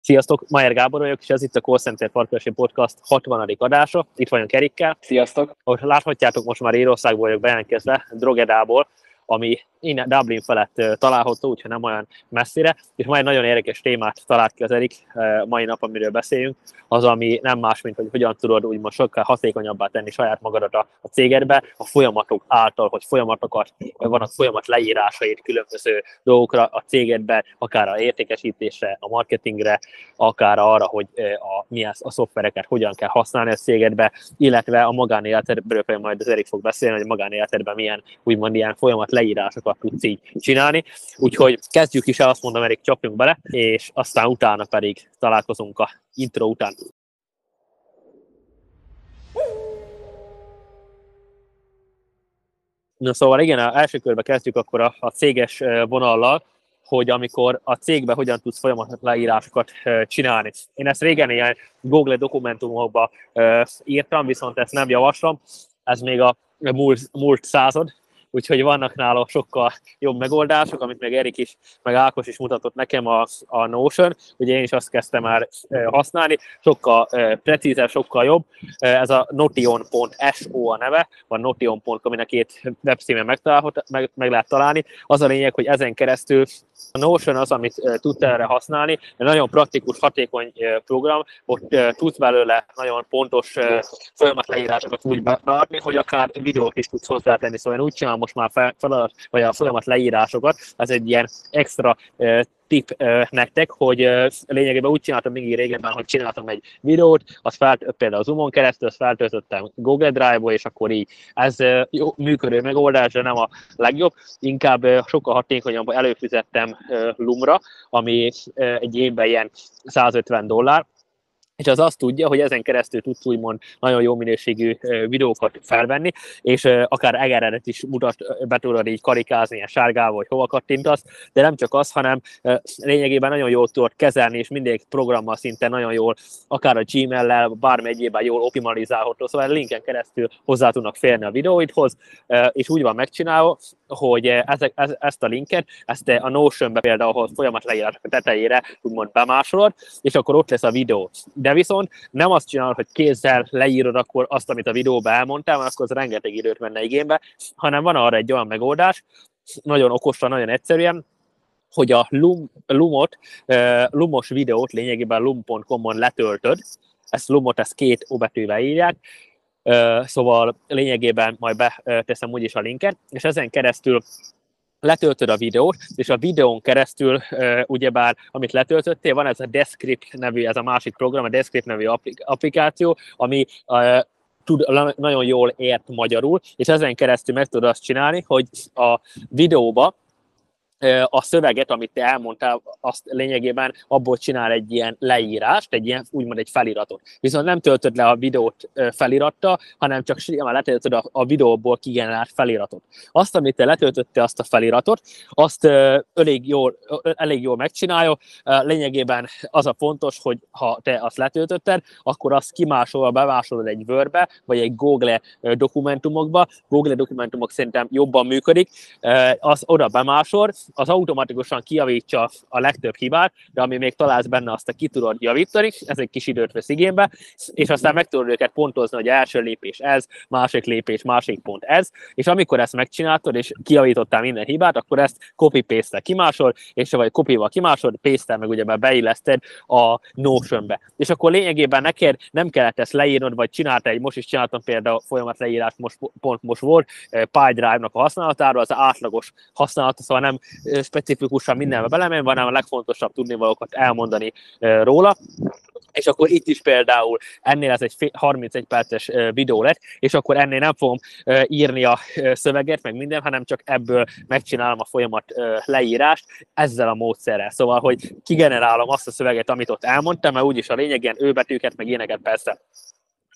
Sziasztok, Mayer Gábor vagyok, és ez itt a Call Center Partnership Podcast 60. adása. Itt vagyunk Erikkel. Sziasztok! Ahogy láthatjátok, most már Írországból vagyok bejelentkezve, Drogedából, ami innen Dublin felett található, úgyhogy nem olyan messzire. És majd nagyon érdekes témát talált ki az Erik mai nap, amiről beszéljünk, az, ami nem más, mint hogy hogyan tudod úgymond sokkal hatékonyabbá tenni saját magadat a cégedbe, a folyamatok által, hogy folyamatokat, vannak folyamat leírásait különböző dolgokra a cégedbe, akár a értékesítésre, a marketingre, akár arra, hogy a szoftvereket hogyan kell használni a cégedbe, illetve a magánéletedről majd az Erik fog beszélni, hogy a magánéletedben milyen úgymond ilyen folyamat leírásokat tudsz így csinálni. Úgyhogy kezdjük is el, azt mondom, Erik, csapjunk bele, és aztán utána pedig találkozunk a intro után. Na szóval igen, az első körbe kezdjük akkor a céges vonallal, hogy amikor a cégben hogyan tudsz folyamatos leírásokat csinálni. Én ezt régen ilyen Google dokumentumokba írtam, viszont ezt nem javaslom, ez még a múlt század, úgyhogy vannak nála sokkal jobb megoldások, amit még Erik is, meg Ákos is mutatott nekem a Notion, ugye én is azt kezdtem már használni, sokkal precízebb, sokkal jobb. Ez a notion.so a neve, vagy notion.com, aminek két webcímen meg lehet találni. Az a lényeg, hogy ezen keresztül a Notion az, amit tudsz erre használni, egy nagyon praktikus, hatékony program, ott tudsz belőle nagyon pontos folyamatleírásokat úgy beadni, hogy akár videót is tudsz hozzátenni, szóval én úgy csinálom most már vagy a folyamat leírásokat, ez egy ilyen extra tip nektek, hogy lényegében úgy csináltam még régebben, hogy csináltam egy videót, például a Zoomon keresztül, azt feltöltöttem Google Drive-ba, és akkor így ez jó, működő megoldás, de nem a legjobb, inkább sokkal hatékonyabban előfizettem Loomra, ami egy évben ilyen $150, és az azt tudja, hogy ezen keresztül tudsz úgymond nagyon jó minőségű videókat felvenni, és akár egeredet is be tudod így karikázni, ilyen sárgával, hogy hova kattintasz, de nem csak az, hanem lényegében nagyon jól tudod kezelni, és mindig programmal szinte nagyon jól, akár a Gmail-lel, bármi egyébben jól optimalizálható, szóval a linken keresztül hozzá tudnak férni a videóidhoz, és úgy van megcsinálva, hogy ezt a linket, ezt a Notion-be például, ahol folyamat leírások tetejére úgymond bemásolod, és akkor ott lesz a videó. De viszont nem azt csinálod, hogy kézzel leírod akkor azt, amit a videóban elmondtál, mert akkor az rengeteg időt menne igénybe, hanem van arra egy olyan megoldás, nagyon okosan, nagyon egyszerűen, hogy a Lumos videót lényegében loom.com-on letöltöd, ezt Lumot, ezt 2 óbetűvel írják, szóval lényegében majd beteszem úgyis a linket, és ezen keresztül letöltöd a videót, és a videón keresztül, ugyebár, amit letöltöttél, van ez a Descript nevű, ez a másik program, a Descript nevű applikáció, ami tud nagyon jól ért magyarul, és ezen keresztül meg tudod azt csinálni, hogy a videóba a szöveget, amit te elmondtál, azt lényegében abból csinál egy ilyen leírást, egy ilyen, úgymond egy feliratot. Viszont nem töltöd le a videót felirattal, hanem csak simán letöltöd a videóból kigenerált feliratot. Azt, amit te letöltötte azt a feliratot, azt elég jól megcsinálja. Lényegében az a fontos, hogy ha te azt letöltötted, akkor azt bemásolod egy Wordbe, vagy egy Google dokumentumokba. Google dokumentumok szerintem jobban működik. Az oda bemásol, az automatikusan kijavítja a legtöbb hibát, de ami még találsz benne, azt ki tudod javítani, ez egy kis időt vesz igénybe, és aztán meg tudod őket pontozni, hogy első lépés ez, másik lépés, másik pont ez, és amikor ezt megcsináltad, és kijavítottál minden hibát, akkor ezt copy-paste-tel kimásol, és vagy copy-val kimásol, paste-tel meg ugye beilleszted a Notion-be. És akkor lényegében neked nem kellett ezt leírnod, vagy csináltál most is csináltam például folyamat leírás, most volt PyDrive-nak a használatáról, az átlagos használata, szóval nem specifikusan mindenbe belemenni, hanem a legfontosabb tudnivalókat elmondani róla. És akkor itt is például ennél ez egy 31 perces videó lett, és akkor ennél nem fogom írni a szöveget, meg minden, hanem csak ebből megcsinálom a folyamat leírást ezzel a módszerrel. Szóval, hogy kigenerálom azt a szöveget, amit ott elmondtam, mert úgyis a lényeg ilyen őbetűket, meg ilyeneket persze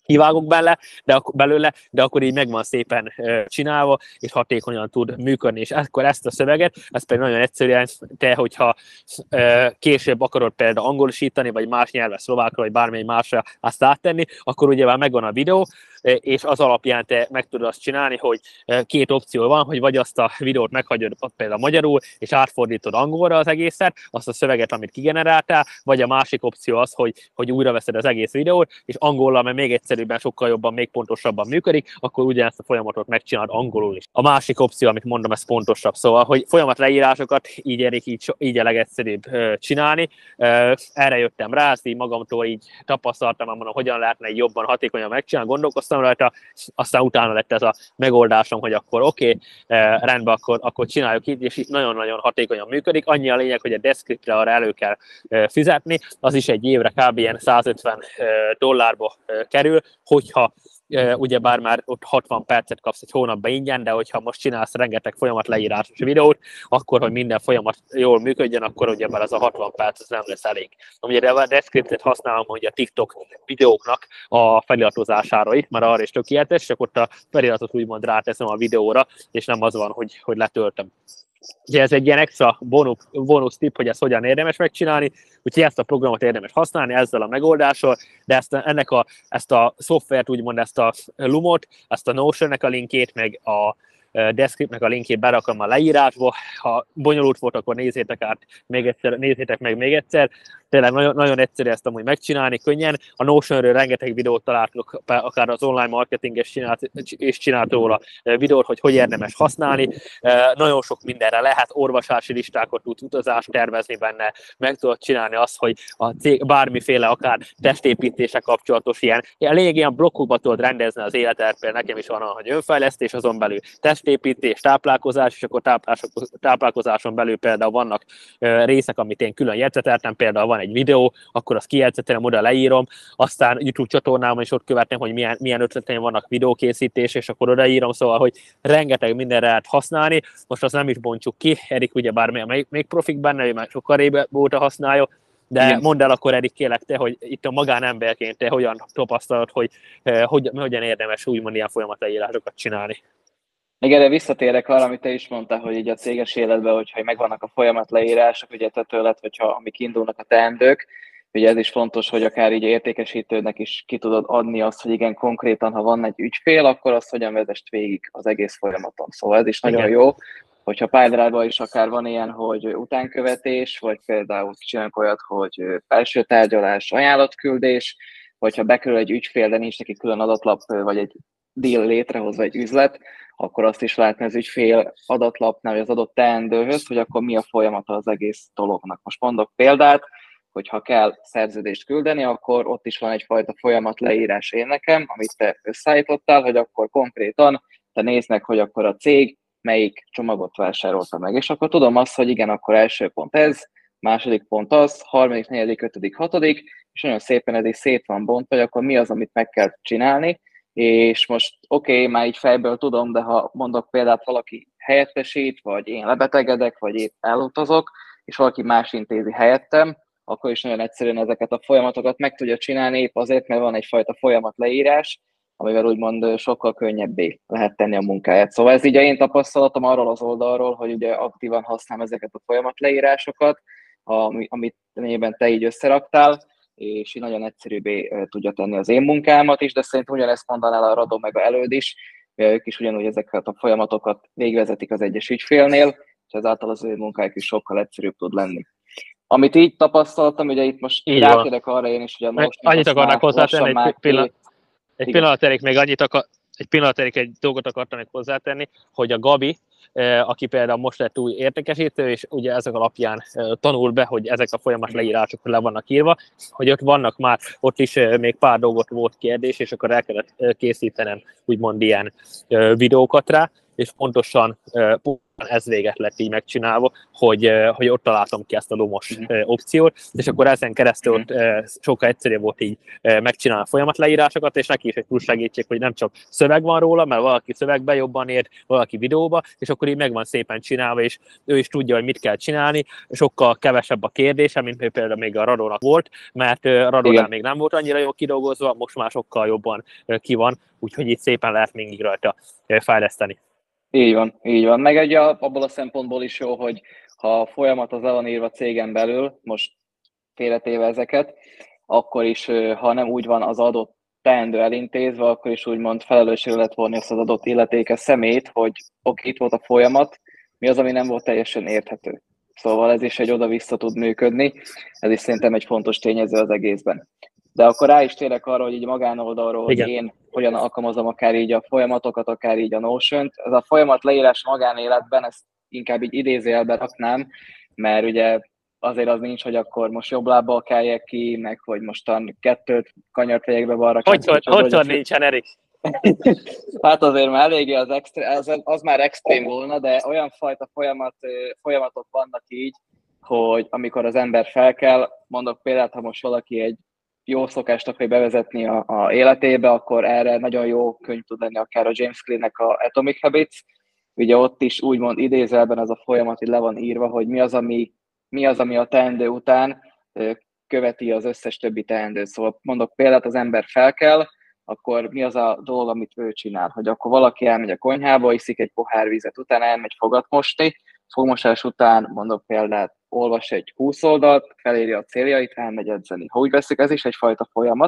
kivágok belőle, de akkor így meg van szépen csinálva, és hatékonyan tud működni. És akkor ezt a szöveget, ez pedig nagyon egyszerűen, te, hogyha később akarod például angolosítani, vagy más nyelvre, szlovákra, vagy bármely másra azt áttenni, akkor ugye már megvan a videó, és az alapján te meg tudod azt csinálni, hogy két opció van, hogy vagy azt a videót meghagyod például magyarul, és átfordítod angolra az egészet, azt a szöveget, amit kigeneráltál, vagy a másik opció az, hogy újra veszed az egész videót, és angollal, mert még egyszerűbben, sokkal jobban, még pontosabban működik, akkor ugyanezt a folyamatot megcsinálod angolul is. A másik opció, amit mondom, ez pontosabb. Szóval, hogy folyamatleírásokat így Erik, így a legegyszerűbb csinálni. Erre jöttem rá, ezt így magamtól így tapasztaltam, mondom, hogyan lehetne egy jobban, hatékonyan megcsinálni, gondolkoztam rajta, aztán utána lett ez a megoldásom, hogy akkor oké, rendben, akkor csináljuk így, és itt nagyon-nagyon hatékonyan működik. Annyi a lényeg, hogy a Descriptre arra elő kell fizetni, az is egy évre kb. Ilyen $150 kerül, hogyha ugyebár már ott 60 percet kapsz egy hónapban ingyen, de hogyha most csinálsz rengeteg folyamatleírásos videót, akkor, hogy minden folyamat jól működjön, akkor ugyebár az a 60 perc az nem lesz elég. Ugye a Descriptet használom, hogy a TikTok videóknak a feliratozására itt, mert arra is tökéletes, és akkor ott a feliratot úgymond ráteszem a videóra, és nem az van, hogy letöltöm. Ugye ez egy ilyen extra bónusz tipp, hogy ezt hogyan érdemes megcsinálni, úgyhogy ezt a programot érdemes használni ezzel a megoldással, de ezt a szoftvert, úgymond ezt a Lumot, ezt a Notion-nek a linkjét, meg a Descriptnek a linkjét berakom a leírásba. Ha bonyolult volt, akkor nézzétek meg még egyszer. Tényleg nagyon, nagyon egyszerű ezt amúgy megcsinálni, könnyen. A Notionről rengeteg videót találtok, akár az online marketinges csinált róla videót, hogy érdemes használni. Nagyon sok mindenre lehet, orvosási listákat tudsz, utazást tervezni benne, meg tudod csinálni azt, hogy a cég bármiféle, akár testépítése kapcsolatos ilyen lényeg ilyen blokkokba tudod rendezni az életet, például nekem is van olyan, hogy önfejlesztés, azon belül testépítés, táplálkozás, és akkor táplálkozáson belül például vannak részek, amit én külön jegyzeteltem, például van egy videó, akkor azt kijegyzetelem, oda leírom, aztán YouTube csatornámon is ott követem, hogy milyen ötleteim vannak videókészítés, és akkor odaírom, szóval, hogy rengeteg mindenre lehet használni. Most azt nem is bontjuk ki, Erik ugyebár még profik benne, ő már sokkal régóta használja, de igen. Mondd el akkor, Erik, kérlek te, hogy itt a magánemberként te hogyan tapasztalod, hogy hogyan érdemes úgymond ilyen folyamatleírásokat csinálni. Igen, de visszatérek arra, amit te is mondtál, hogy így a céges életben, hogyha megvannak a folyamatleírások, ugye tetőlet, vagy amik indulnak a teendők, ugye ez is fontos, hogy akár így értékesítőnek is ki tudod adni azt, hogy igen, konkrétan, ha van egy ügyfél, akkor azt hogyan vezest végig az egész folyamaton. Szóval ez is nagyon jó, hogyha pályádrajban is akár van ilyen, hogy utánkövetés, vagy például csinálunk olyat, hogy felső tárgyalás, ajánlatküldés, vagy ha bekerül egy ügyfél, de nincs neki külön adatlap, vagy egy deal létrehozva egy üzlet, akkor azt is látni az ügyfél adatlapnál, vagy az adott teendőhöz, hogy akkor mi a folyamata az egész dolognak. Most mondok példát, hogy ha kell szerződést küldeni, akkor ott is van egyfajta folyamatleírás én nekem, amit te összeállítottál, hogy akkor konkrétan te nézd meg, hogy akkor a cég melyik csomagot vásárolta meg. És akkor tudom azt, hogy igen, akkor első pont ez, második pont az, harmadik, negyedik, ötödik, hatodik, és nagyon szépen ez is szét van bontva, hogy akkor mi az, amit meg kell csinálni, és most oké, már így fejből tudom, de ha mondok példát, valaki helyettesít, vagy én lebetegedek, vagy épp elutazok, és valaki más intézi helyettem, akkor is nagyon egyszerűen ezeket a folyamatokat meg tudja csinálni, épp azért, mert van egyfajta folyamatleírás, amivel úgymond sokkal könnyebbé lehet tenni a munkáját. Szóval ez így én tapasztalatom arról az oldalról, hogy ugye aktívan használom ezeket a folyamatleírásokat, amit lényegében te így összeraktál, és így nagyon egyszerűbbé tudja tenni az én munkámat is, de szerintem ugyanezt mondaná a Rado meg a Előd is, mivel ők is ugyanúgy ezeket a folyamatokat végvezetik az egyes ügyfélnél, és ezáltal az ő munkájuk is sokkal egyszerűbb tud lenni. Amit így tapasztaltam, ugye itt most rátérek arra én is, hogy a Notion annyit akarnak hozzátenni, egy pillanat, egy dolgot akartam még hozzátenni, hogy a Gabi, aki például most lett új értékesítő, és ugye ezek alapján tanul be, hogy ezek a folyamatleírások le vannak írva, hogy ott vannak már, ott is még pár dolgot volt kérdés, és akkor el kellett készítenem úgymond ilyen videókat rá, és pontosan ez véget lett így megcsinálva, hogy ott találtam ki ezt a lomos opciót, és akkor ezen keresztül ott sokkal egyszerűbb volt így megcsinálni a folyamatleírásokat, és neki is egy plusz segítség, hogy nem csak szöveg van róla, mert valaki szövegbe jobban ért, valaki videóba, és akkor így meg van szépen csinálva, és ő is tudja, hogy mit kell csinálni, sokkal kevesebb a kérdése, mint például még a Radónak volt, mert Radónál még nem volt annyira jól kidolgozva, most már sokkal jobban ki van, úgyhogy itt szépen lehet még rajta fejleszteni. Így van, így van. Meg ugye abból a szempontból is jó, hogy ha a folyamat az el van írva cégen belül, most félretéve ezeket, akkor is, ha nem úgy van az adott teendő elintézve, akkor is úgymond felelősségre lehet vonni azt az adott illetékes szemét, hogy oké, itt volt a folyamat, mi az, ami nem volt teljesen érthető. Szóval ez is egy oda-vissza tud működni, ez is szerintem egy fontos tényező az egészben. De akkor rá is térek arra, hogy így magánoldalról, hogy én hogyan alkalmazom akár így a folyamatokat, akár így a Notion-t. Ez a folyamat leírás magánéletben, ezt inkább így idézőjelben raknám, mert ugye azért az nincs, hogy akkor most jobb lábbal keljek ki, meg hogy mostan 2 kanyart vegyek be balra. Hogy nincsen, Erik? Hát azért már eléggé az már extrém volna, de olyan fajta folyamatok vannak így, hogy amikor az ember felkel, mondok példát, ha most valaki egy jó szokást akarja bevezetni a életébe, akkor erre nagyon jó könyv tud lenni akár a James Clear-nek a Atomic Habits. Ugye ott is úgymond idézőjelben ez a folyamat így le van írva, hogy mi az, ami a teendő után követi az összes többi teendőt. Szóval mondok példát, az ember felkel, akkor mi az a dolog, amit ő csinál? Hogy akkor valaki elmegy a konyhába, iszik egy pohár vizet, utána elmegy fogat mosni, fogmosás után, mondok példát, olvas egy 20 oldalt, feléri a céljait, elmegy edzeni. Ha úgy veszik, ez is egyfajta folyamat,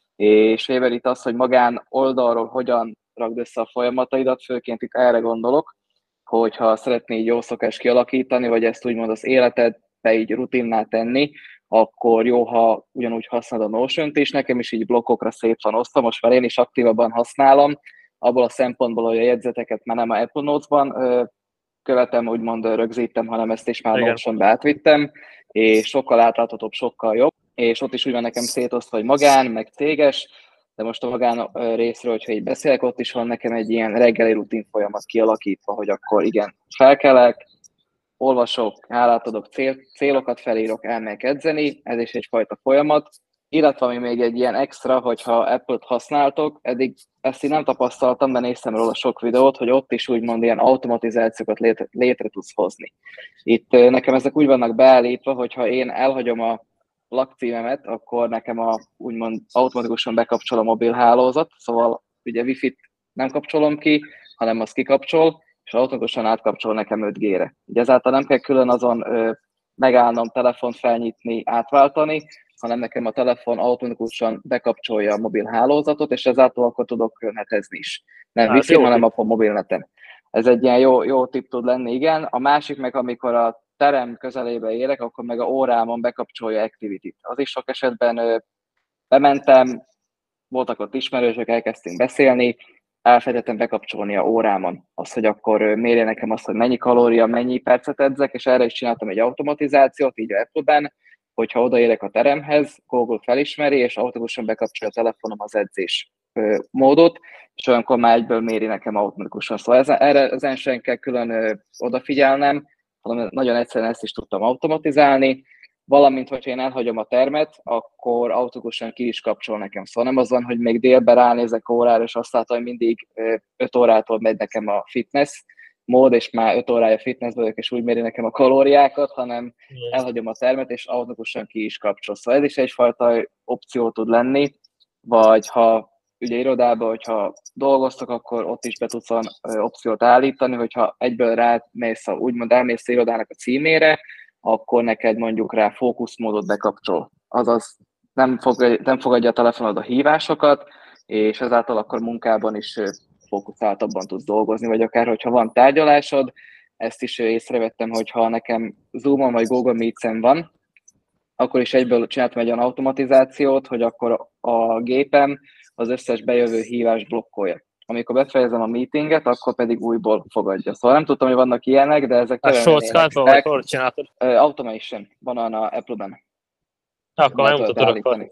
és Weber itt az, hogy magán oldalról hogyan rakd össze a folyamataidat, főként itt erre gondolok, hogyha szeretnéd jó szokást kialakítani, vagy ezt úgymond az életedbe így rutinná tenni, akkor jó, ha ugyanúgy használod a Notion-t is, nekem is így blokkokra szép van osztva, most már én is aktívabban használom, abból a szempontból, hogy a jegyzeteket már nem a Apple Notes-ban követem, úgymond rögzítem, hanem ezt is már Notion-be átvittem, és sokkal átláthatóbb, sokkal jobb, és ott is úgy van nekem szétosztva, hogy magán, meg céges, de most a magán részről, hogyha így beszélek, ott is van nekem egy ilyen reggeli rutin folyamat kialakítva, hogy akkor igen, felkelek, olvasok, állátadok célokat, felírok, elmegyek edzeni, ez is egyfajta folyamat, illetve ami még egy ilyen extra, hogyha Apple-t használtok, eddig ezt így nem tapasztaltam, de néztem róla sok videót, hogy ott is úgymond ilyen automatizációkat létre tudsz hozni. Itt nekem ezek úgy vannak beállítva, hogyha én elhagyom a lakcímemet, akkor nekem úgymond automatikusan bekapcsol a mobilhálózat, szóval ugye Wi-Fi-t nem kapcsolom ki, hanem azt kikapcsol, és automatikusan átkapcsol nekem 5G-re. Ugye ezáltal nem kell külön azon megállnom, telefont felnyitni, átváltani, hanem nekem a telefon automatikusan bekapcsolja a mobil hálózatot, és ezáltal akkor tudok netezni is. Nem Wi-Fi, hanem a mobilneten. Ez egy ilyen jó tipp tud lenni, igen. A másik meg, amikor a terem közelébe érek, akkor meg a órámon bekapcsolja Activity-t. Az is sok esetben bementem, voltak ott ismerősök, elkezdtünk beszélni, elfelejtettem bekapcsolni a órámon. Az, hogy akkor mérje nekem azt, hogy mennyi kalória, mennyi percet edzek, és erre is csináltam egy automatizációt, így a Apple-ben, hogyha odaérek a teremhez, Google felismeri, és automatikusan bekapcsolja a telefonom az edzés módot, és olyankor már egyből méri nekem automatikusan. Szóval ezen sem kell külön odafigyelnem, hanem nagyon egyszerűen ezt is tudtam automatizálni, valamint, hogyha én elhagyom a termet, akkor automatikusan ki is kapcsol nekem. Szóval nem az van, hogy még délben ránézek órára, és azt látom, hogy mindig 5 órától megy nekem a fitness mód, és már 5 órája fitnessbe vagyok, és úgy méri nekem a kalóriákat, hanem elhagyom a termet, és automatikusan ki is kapcsol. Szóval ez is egyfajta opció tud lenni, vagy ha ugye irodában, hogyha dolgoztok, akkor ott is be tudsz olyan opciót állítani, hogyha egyből rámész, úgymond elmész a irodának a címére, akkor neked mondjuk rá fókuszmódot bekapcsol. Azaz nem fogadja a telefonod a hívásokat, és ezáltal akkor munkában is fókuszáltabban tudsz dolgozni, vagy akár, hogyha van tárgyalásod, ezt is észrevettem, hogyha nekem Zoom-on vagy Google Meets-en van, akkor is egyből csináltam egy olyan automatizációt, hogy akkor a gépem az összes bejövő hívást blokkolja. Amikor befejezem a meetinget, akkor pedig újból fogadja. Szóval nem tudtam, hogy vannak ilyenek, de ezek vagy hol csináltad? Automation van a Apple-ben. Akkor nem tudod,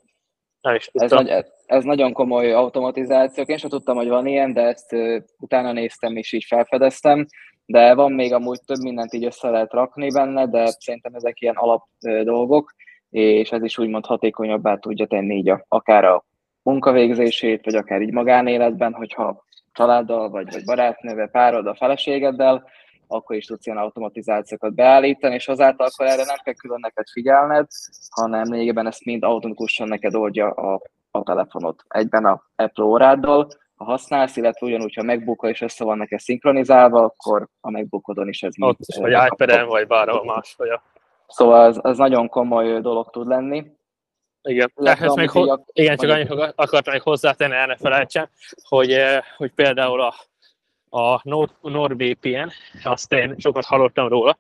ez nagyon komoly automatizációk. Én sem tudtam, hogy van ilyen, de ezt utána néztem és így felfedeztem. de van még amúgy több mindent így össze lehet rakni benne, de szerintem ezek ilyen alap dolgok, és ez is úgymond hatékonyabbá tudja tenni így akár a munkavégzését, vagy akár így magánéletben, hogyha családdal, vagy barátnővel, párod, a feleségeddel, akkor is tudsz ilyen automatizációkat beállítani, és azáltal akkor erre nem kell külön neked figyelned, hanem lényegében ezt mind automatikusan neked oldja a telefonod. Egyben a Apple óráddal, ha használsz, illetve ugyanúgy, ha a MacBook-on is össze van neked szinkronizálva, akkor a MacBook-odon is ez mind. Vagy iPad-en, vagy bárhol máshol. Szóval az nagyon komoly dolog tud lenni. Igen, ehhez még igen, csak annyit akartam még hozzátenni, el ne felejtsem, hogy például a NordVPN, azt én sokat hallottam róla,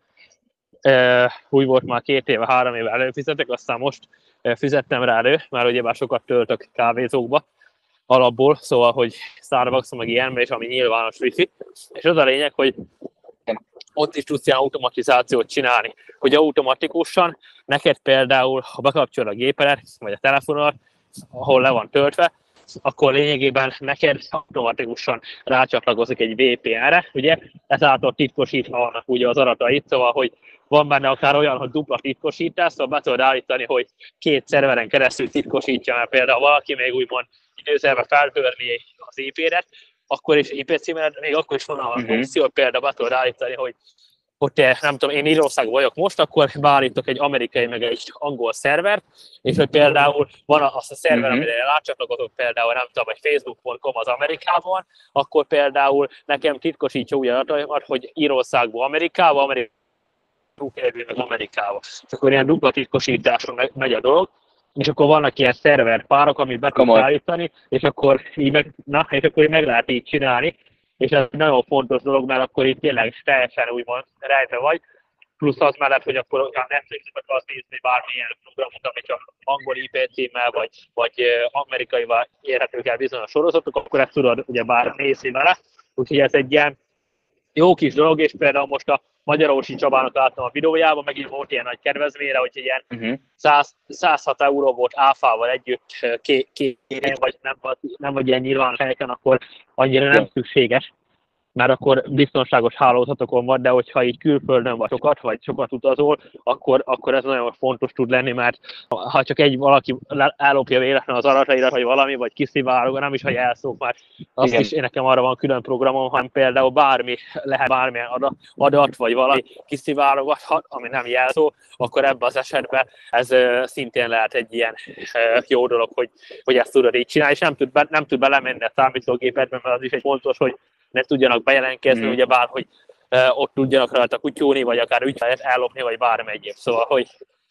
úgy volt már 2 éve, 3 éve előfizetek, aztán most fizettem rá elő, mert ugyebár sokat töltök kávézókba alapból, szóval, hogy Starbucks-on meg ilyenbe, és ami nyilvános wifi, és az a lényeg, hogy ott is tudsz ilyen automatizációt csinálni, hogy automatikusan neked például, ha bekapcsolod a gépedet, vagy a telefonodat, ahol le van töltve, akkor lényegében neked automatikusan rácsatlakozik egy VPN-re, ugye, ezáltal titkosítva vannak ugye az adatait, szóval, hogy van benne akár olyan, hogy dupla titkosítás, szóval be tudod állítani, hogy 2 szerveren keresztül titkosítja, mert például valaki még úgymond időszerve feltörni az IP-et, akkor is IP címet, még akkor is van az opció, hogy például be tudod állítani, hogy te, nem tudom, én Írországban vagyok most, akkor beállítok egy amerikai, meg egy angol szervert, és hogy például van az a szerver, amire rácsatlakozok például, nem tudom, egy facebook.com az Amerikában, akkor például nekem titkosítja úgy adatokat, hogy Írországból Amerikába, meg Amerikába. És akkor ilyen dupla titkosításon megy a dolog, és akkor vannak ilyen szerver párok, amit be tudsz állítani, és akkor így meg lehet így csinálni, és ez nagyon fontos dolog, mert akkor itt tényleg teljesen úgymond rejtve vagy, plusz az mellett, hogy akkor a Netflixet akarsz nézni bármilyen programot, ami csak angol IP címmel, vagy amerikaival érhetők el bizonyos sorozatok, akkor ezt tudod ugye bár nézni vele, úgyhogy ez egy ilyen jó kis dolog, és például most a Magyarósi Csabának láttam a videójában, megint volt ilyen nagy kedvezményre, hogy ilyen 106 euró volt áfával együtt vagy nem vagy ilyen nyilvános helyeken, akkor annyira nem szükséges, mert akkor biztonságos hálózatokon van, de hogyha így külföldön vagy sokat utazol, akkor ez nagyon fontos tud lenni, mert ha csak valaki ellopja véletlenül az adataidat, vagy valami, vagy kiszivárog, nem is, hogy elszók már, azt is nekem arra van külön programom, hanem például lehet bármilyen adat, vagy valami kiszivároghat, ami nem jelszó, akkor ebben az esetben ez szintén lehet egy ilyen jó dolog, hogy ezt tudod így csinálni, és nem tud belemenni a számítógépedben, mert az is egy fontos, hogy ne tudjanak bejelentkezni, ugyebár, hogy ott tudjanak rajta kutyulni, vagy akár ügyfelet ellopni, vagy bármi egyéb. Szóval, hogy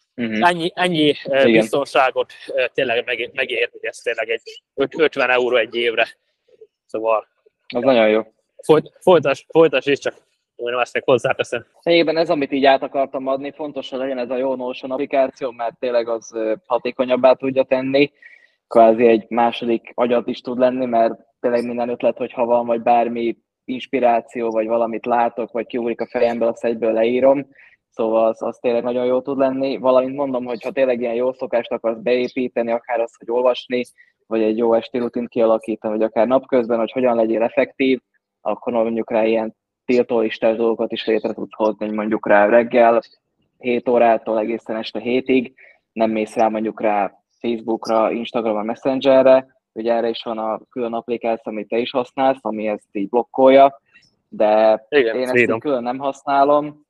ennyi biztonságot tényleg megér, hogy ez tényleg egy 50 euró egy évre. Szóval... Az nagyon jó. Folytasd is, csak mondom, ezt még hozzáteszem. Egyébben ez, amit így át akartam adni, fontos, hogy legyen ez a jó Notion applikáció, mert tényleg az hatékonyabbá tudja tenni. Kvázi egy második agyat is tud lenni, mert tényleg minden ötlet, hogyha van, vagy bármi inspiráció, vagy valamit látok, vagy kiugrik a fejemből, azt egyből leírom. Szóval az tényleg nagyon jó tud lenni. Valamint mondom, hogy ha tényleg ilyen jó szokást akarsz beépíteni, akár azt, hogy olvasni, vagy egy jó esti rutint kialakítani, vagy akár napközben, hogy hogyan legyél effektív, akkor mondjuk rá ilyen tiltólistás dolgokat is létre tudsz hozni, mondjuk rá reggel 7 órától egészen este 7-ig, nem mész rá mondjuk rá Facebookra, Instagramra, Messengerre, ugye erre is van a külön applikáció, amit te is használsz, ami ezt így blokkolja, de igen, én ezt így külön nem használom,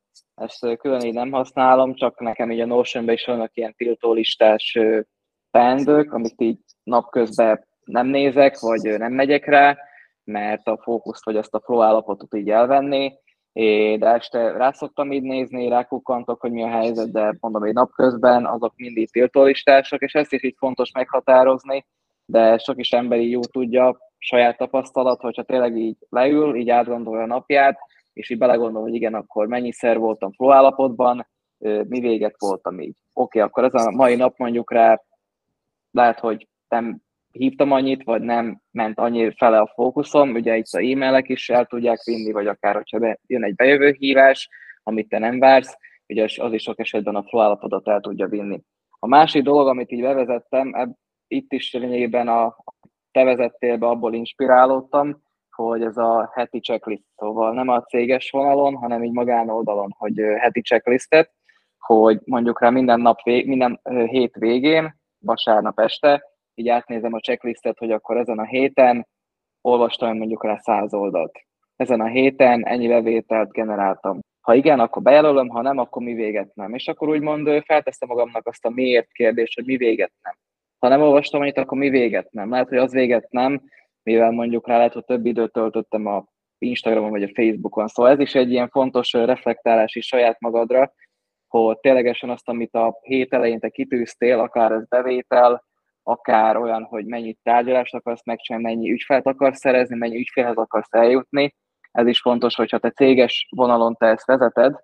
csak nekem így a Notionben is vannak ilyen tiltólistás teendők, amit így napközben nem nézek, vagy nem megyek rá, mert a fókuszt vagy azt a flow állapotot így elvenni, de este rá szoktam így nézni, rákukkantok, hogy mi a helyzet, de mondom, hogy napközben azok mindig tiltólistások, és ezt is így fontos meghatározni, de sok is emberi jó tudja, saját tapasztalat, hogyha tényleg így leül, így átgondolja a napját, és így belegondol, hogy igen, akkor mennyiszer voltam flow állapotban, mi véget voltam így. Oké, akkor ez a mai nap mondjuk rá, lehet, hogy nem hívtam annyit, vagy nem ment annyi fele a fókuszom, ugye itt a e-mailek is el tudják vinni, vagy akár, hogyha jön egy bejövő hívás, amit te nem vársz, ugye az is sok esetben a flow állapotot el tudja vinni. A másik dolog, amit így bevezettem, itt is lényegében te vezettél be, abból inspirálódtam, hogy ez a heti checklist, szóval nem a céges vonalon, hanem így magánoldalon, hogy heti checklistet, hogy mondjuk rá minden hét végén, vasárnap este, így átnézem a checklistet, hogy akkor ezen a héten olvastam mondjuk rá 100 oldalt. Ezen a héten ennyi levételt generáltam. Ha igen, akkor bejelölöm, ha nem, akkor mi véget nem. És akkor úgymond felteszem magamnak azt a miért kérdést, hogy mi véget nem. Ha nem olvastam annyit, akkor mi véget nem. Lehet, hogy az véget nem, mivel mondjuk rá lehet, hogy több időt töltöttem a Instagramon vagy a Facebookon. Szóval ez is egy ilyen fontos reflektálás is saját magadra, hogy ténylegesen azt, amit a hét elején te kitűztél, akár ez bevétel, akár olyan, hogy mennyit tárgyalást akarsz megcsinálni, mennyi ügyfelt akarsz szerezni, mennyi ügyfélhez akarsz eljutni. Ez is fontos, hogyha te céges vonalon te ezt vezeted,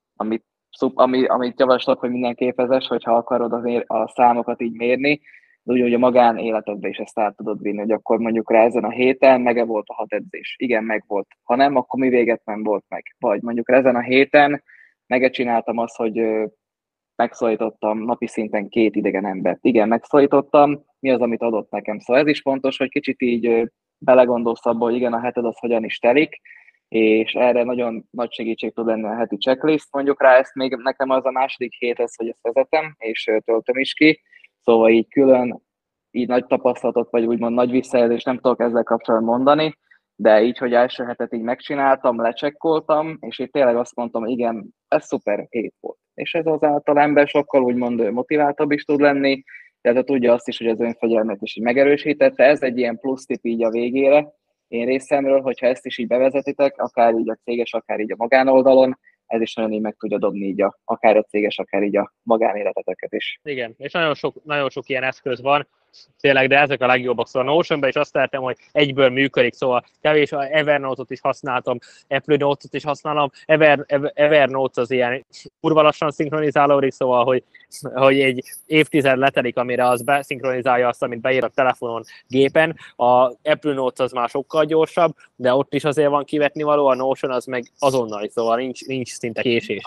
amit javaslok, hogy mindenképp vezess, hogyha akarod a számokat így mérni, de úgy, hogy a magánéletedbe is ezt át tudod vinni, hogy akkor mondjuk rá ezen a héten meg volt a 6 edzés. Igen, meg volt. Ha nem, akkor mi véget nem volt meg. Vagy mondjuk ezen a héten megcsináltam azt, hogy megszólítottam napi szinten 2 idegen embert. Igen, megszólítottam, mi az, amit adott nekem. Szóval ez is fontos, hogy kicsit így belegondolsz abba, hogy igen, a heted az hogyan is telik, és erre nagyon nagy segítség tud lenni a heti checklist. Mondjuk rá ezt még nekem az a második hét ez, hogy ezt vezetem, és töltöm is ki. Szóval így külön, így nagy tapasztalatot, vagy úgymond nagy visszajelzést nem tudok ezzel kapcsolatban mondani, de így, hogy első hetet így megcsináltam, lecsekkoltam, és így tényleg azt mondtam, hogy igen, ez szuper hét volt. És ez azáltal ember sokkal úgymond motiváltabb is tud lenni, tehát tudja azt is, hogy az önfegyelmet is így megerősítette. Ez egy ilyen plusz tip így a végére, én részemről, hogyha ezt is így bevezetitek, akár így a céges, akár így a magánoldalon, ez is nagyon így meg tudja dobni így akár a céges, akár így a magánéleteteket is. Igen, és nagyon sok ilyen eszköz van, tényleg, de ezek a legjobbak. Szóval a Notionben is azt láttam, hogy egyből működik, szóval kevés, Evernote-ot is használtam, Apple Note-ot is használom, Evernote az ilyen kurva lassan szinkronizálódik, szóval, hogy egy évtized letelik, amire az beszinkronizálja azt, amit beír a telefonon, gépen. A Apple Note az már sokkal gyorsabb, de ott is azért van kivetni való, a Notion az meg azonnal, szóval nincs szinte késés.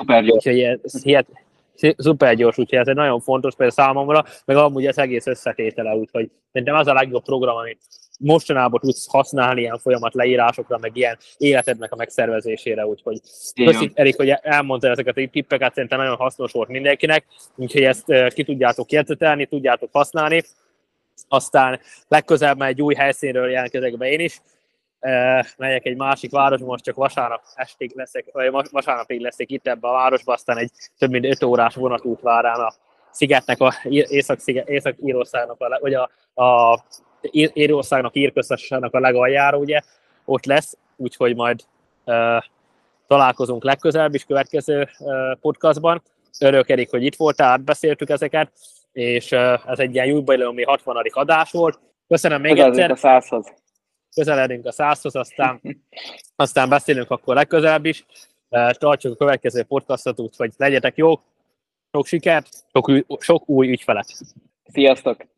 Szuper gyors, úgyhogy ez egy nagyon fontos például számomra, meg amúgy az egész összetétele, úgyhogy szerintem az a legjobb program, amit mostanában tudsz használni ilyen folyamat leírásokra, meg ilyen életednek a megszervezésére, úgyhogy köszönjük, Erik, hogy elmondtad ezeket a tippeket, szerintem nagyon hasznos volt mindenkinek, úgyhogy ezt ki tudjátok jegyzetelni, tudjátok használni, aztán legközelebb már egy új helyszínről jelentkezek be én is, megyek egy másik városba, most csak vasárnapig leszek itt ebbe a városba, aztán egy több mint 5 órás vonatút vár rám a szigetnek, Észak-Írországnak, vagy a Írországnak, Írköztársaságnak a legaljára, ugye, ott lesz, úgyhogy majd találkozunk legközelebb is következő podcastban. Örülök, Erik, hogy itt voltál, átbeszéltük ezeket, és ez egy ilyen jubileumi 60. adás volt. Köszönöm még egyszer. A 100-hoz. Közeledünk a 100-hoz, aztán beszélünk akkor legközelebb is. Tartsuk a következő podcastot, úgyhogy legyetek jók, sok sikert, sok új ügyfelet. Sziasztok!